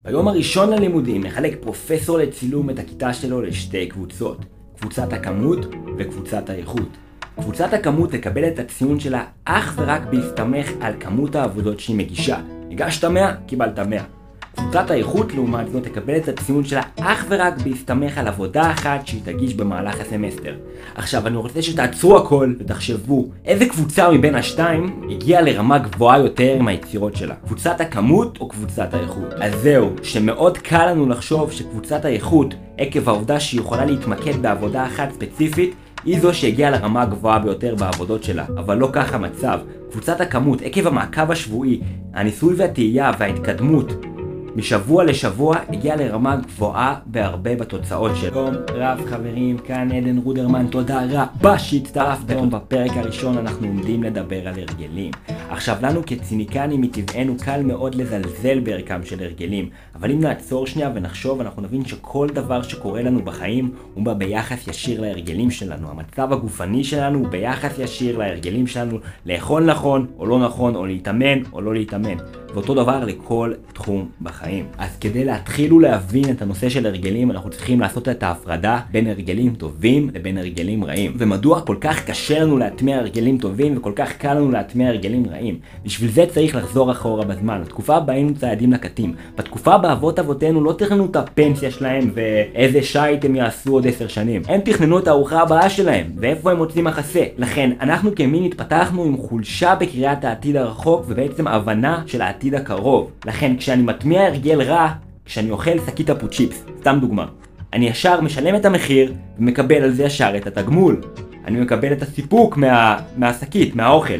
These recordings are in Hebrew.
ביום הראשון ללימודים מחלק פרופסור לצילום את הכיתה שלו לשתי קבוצות, קבוצת הכמות וקבוצת האיכות. קבוצת הכמות תקבל את הציון שלה אך ורק בהסתמך על כמות העבודות שהיא מגישה. הגשת 100, קיבלת 100. קבוצת האיכות לעומת זאת תקבל את הציון שלה אך ורק בהסתמך על עבודה אחת שהיא תגיש במהלך הסמסטר. עכשיו אני רוצה שתעצרו הכל ותחשבו איזה קבוצה מבין השתיים הגיעה לרמה גבוהה יותר עם היצירות שלה, קבוצת הכמות או קבוצת האיכות. אז זהו, שמאוד קל לנו לחשוב שקבוצת האיכות עקב העובדה שהיא יכולה להתמקד בעבודה אחת ספציפית היא זו שהגיעה לרמה הגבוהה ביותר בעבודות שלה, אבל לא כך המצב. קבוצת הכמות עקב המעקב השבועי, הניסוי והטעייה וההתקדמות משבוע לשבוע הגיע לרמה גבוהה בהרבה בתוצאות שלו. שלום רב חברים, כאן עדן רודרמן, תודה רבה שהצטרפתם. בפרק הראשון אנחנו עומדים לדבר על הרגלים. עכשיו לנו כציניקנים מטבענו קל מאוד לזלזל בערכם של הרגלים, אבל אם נעצור שנייה ונחשוב אנחנו נבין שכל דבר שקורה לנו בחיים הוא בא ביחס ישיר להרגלים שלנו. המצב הגופני שלנו הוא ביחס ישיר להרגלים שלנו, לאכול נכון או לא נכון, או להתאמן או לא להתאמן. ואותו דבר לכל תחום בחיים. אז כדי להתחיל ולהבין את הנושא של הרגלים, אנחנו צריכים לעשות את ההפרדה בין הרגלים טובים לבין הרגלים רעים. ומדוע כל כך קשה לנו להטמיע הרגלים טובים וכל כך קל לנו להטמיע הרגלים רעים? בשביל זה צריך לחזור אחורה בזמן. בתקופה בה היינו צעדים לקטים. בתקופה בה אבות אבותינו לא תכננו את הפנסיה שלהם ואיזה שייט הם יעשו עוד 10 שנים. הם תכננו את הארוחה הבאה שלהם ואיפה הם מוצאים מחסה. לכן אנחנו כמין התפתחנו עם חולשה בקריאת העתיד הרחוק ובעצם הבנה של העתיד הקרוב. לכן כשאני מטמיע הרגל רע, כשאני אוכל שקית אפוצ'יפס, סתם דוגמה, אני ישר משלם את המחיר ומקבל על זה ישר את התגמול. אני מקבל את הסיפוק מהשקית, מהאוכל.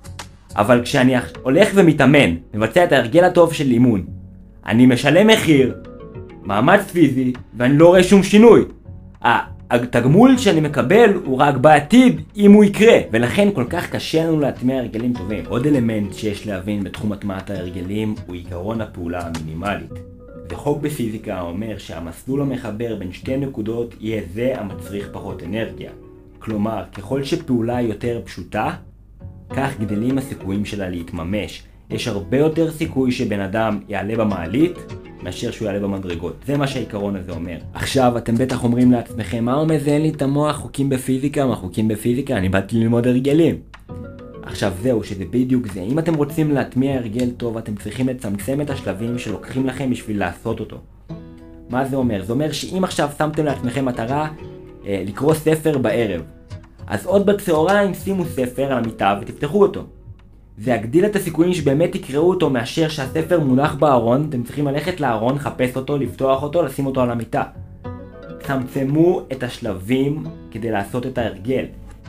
אבל כשאני הולך ומתאמן, מבצע את ההרגל הטוב של אימון, אני משלם מחיר, מאמץ פיזי, ואני לא רואה שום שינוי. התגמול שאני מקבל הוא רק בעתיד אם הוא יקרה, ולכן כל כך קשה לנו להטמיע הרגלים טובים. עוד אלמנט שיש להבין בתחום הטמעת ההרגלים הוא עיקרון הפעולה המינימלית. וחוק בפיזיקה אומר שהמסלול המחבר בין שתי נקודות יהיה זה המצריך פחות אנרגיה. כלומר, ככל שפעולה יותר פשוטה, כך גדלים הסיכויים שלה להתממש. יש הרבה יותר סיכוי שבן אדם יעלה במעלית מאשר שהוא יעלה במדרגות. זה מה שהעיקרון הזה אומר. עכשיו אתם בטח אומרים לעצמכם, מה אומר זה, אין לי את המוח, חוקים בפיזיקה, מה חוקים בפיזיקה, אני באתי ללמוד הרגלים. עכשיו זהו, שזה בדיוק זה. אם אתם רוצים להטמיע הרגל טוב, אתם צריכים לצמצם את השלבים שלוקחים לכם בשביל לעשות אותו. מה זה אומר? זה אומר שאם עכשיו שמתם לעצמכם מטרה לקרוא ספר בערב, אז עוד בצהריים שימו ספר על המיטה ותפתחו אותו. זה יגדיל את הסיכויים שבאמת יקראו אותו מאשר שהספר מונח בארון, אתם צריכים ללכת לארון, לחפש אותו, לפתוח אותו, לשים אותו על המיטה. צמצמו את השלבים כדי לעשות את ההרגל.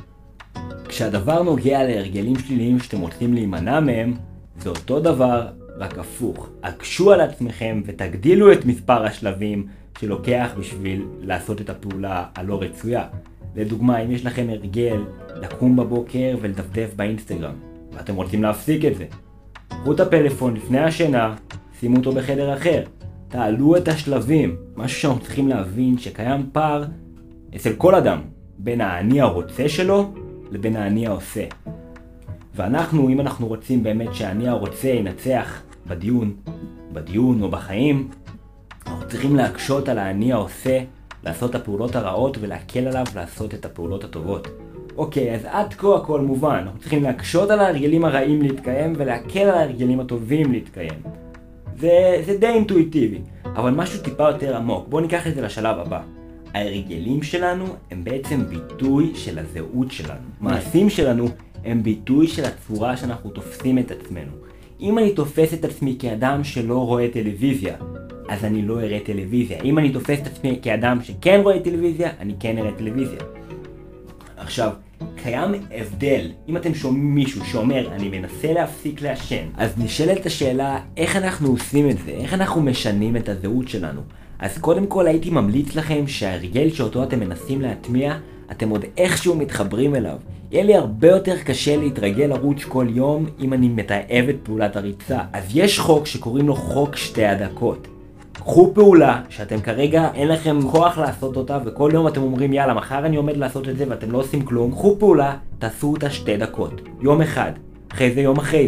כשהדבר נוגע להרגלים שליליים שאתם רוצים להימנע מהם, זה אותו דבר, רק הפוך. הקשו על עצמכם ותגדילו את מספר השלבים שלוקח בשביל לעשות את הפעולה הלא רצויה. לדוגמה, אם יש לכם הרגל לקום בבוקר ולדפדף באינסטגרם, ואתם רוצים להפסיק את זה, קחו את הפלאפון לפני השינה, שימו אותו בחדר אחר. תעלו את השלבים. משהו שאנחנו צריכים להבין שקיים פער אצל כל אדם בין האני הרוצה שלו לבין האני העושה. ואנחנו, אם אנחנו רוצים באמת שהאני הרוצה ינצח בדיון או בחיים, אנחנו צריכים להקשות על האני העושה לעשות את הפעולות הרעות ולהקל עליו לעשות את הפעולות הטובות. אוקיי, אז עד כה הכל מובן. אנחנו צריכים להקשות על ההרגלים הרעים להתקיים ולהקל על ההרגלים הטובים להתקיים. זה די אינטואיטיבי, אבל משהו טיפה יותר עמוק. בואו ניקח את זה לשלב הבא. ההרגלים שלנו הם בעצם ביטוי של הזהות שלנו. מעשים שלנו הם ביטוי של הצורה שאנחנו תופסים את עצמנו. אם אני תופס את עצמי כאדם שלא רואה טלוויזיה, אז אני לא אראה טלוויזיה. אם אני תופס את עצמי כאדם שכן רואה טלוויזיה, אני כן אראה טלוויזיה. עכשיו, קיים הבדל. אם אתם שומעים מישהו שאומר, אני מנסה להפסיק לעשן, אז נשאלת השאלה, איך אנחנו עושים את זה? איך אנחנו משנים את הזהות שלנו? אז קודם כל הייתי ממליץ לכם שההרגל שאותו אתם מנסים להטמיע, אתם עוד איכשהו מתחברים אליו. יהיה לי הרבה יותר קשה להתרגל לרוץ כל יום אם אני מתעב את פעולת הריצה. אז יש חוק שקוראים לו חוק 2 הדקות. קחו פעולה שאתם כרגע אין לכם כוח לעשות אותה וכל יום אתם אומרים יאללה מחר אני עומד לעשות את זה ואתם לא עושים כלום. קחו פעולה, תעשו אותה 2 דקות. יום אחד, אחרי זה יום אחרי זה.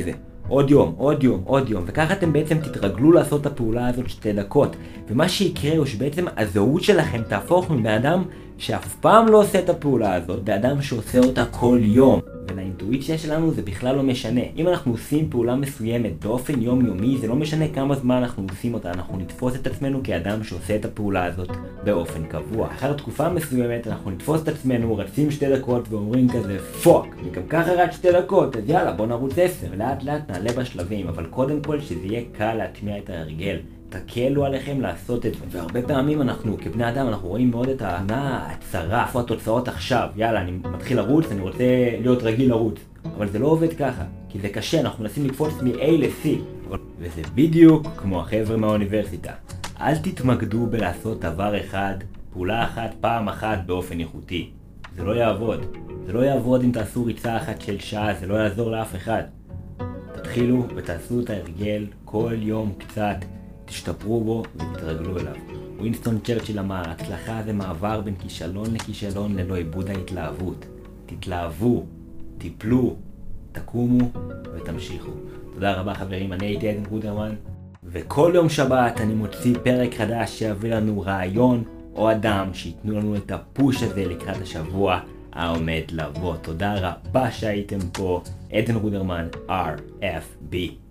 עוד יום, עוד יום, עוד יום, וככה אתם בעצם תתרגלו לעשות את הפעולה הזאת 2 דקות, ומה שיקרה הוא שבעצם הזהות שלכם תהפוך מבאדם שאף פעם לא עושה את הפעולה הזאת, באדם שעושה אותה כל יום. ולאינטואיציה שלנו זה בכלל לא משנה. אם אנחנו עושים פעולה מסוימת באופן יומיומי, זה לא משנה כמה זמן אנחנו עושים אותה, אנחנו נתפוס את עצמנו כאדם שעושה את הפעולה הזאת באופן קבוע. אחר תקופה מסוימת אנחנו נתפוס את עצמנו, רצים 2 דקות ואומרים כזה פוק, וגם ככה רק 2 דקות, אז יאללה בוא נרוץ 10, ולאט לאט נעלה בשלבים, אבל קודם כל שזה יהיה קל להטמיע את ההרגל. תקלו עליכם לעשות את זה. והרבה פעמים אנחנו כבני אדם אנחנו רואים מאוד את ההצהרה, איפה התוצאות עכשיו, יאללה אני מתחיל לרוץ, אני רוצה להיות רגיל לרוץ, אבל זה לא עובד ככה, כי זה קשה, אנחנו מנסים לקפוץ מ-A ל-C, וזה בדיוק כמו החבר'ה מהאוניברסיטה. אל תתמקדו בלעשות דבר אחד, פעולה אחת, פעם אחת באופן איכותי. זה לא יעבוד. זה לא יעבוד אם תעשו ריצה אחת של שעה, זה לא יעזור לאף אחד. תתחילו ותעשו את ההרגל כל יום קצת, תשתפרו בו ותתרגלו אליו. ווינסטון צ'רצ'יל אמר, הצלחה זה מעבר בין כישלון לכישלון ללא איבוד ההתלהבות. תתלהבו, תיפלו, תקומו ותמשיכו. תודה רבה חברים, אני הייתי עדן רודרמן, וכל יום שבת אני מוציא פרק חדש שיביא לנו רעיון או אדם שיתנו לנו את הפוש הזה לקראת השבוע העומד לבוא. תודה רבה שהייתם פה, עדן רודרמן, RFB.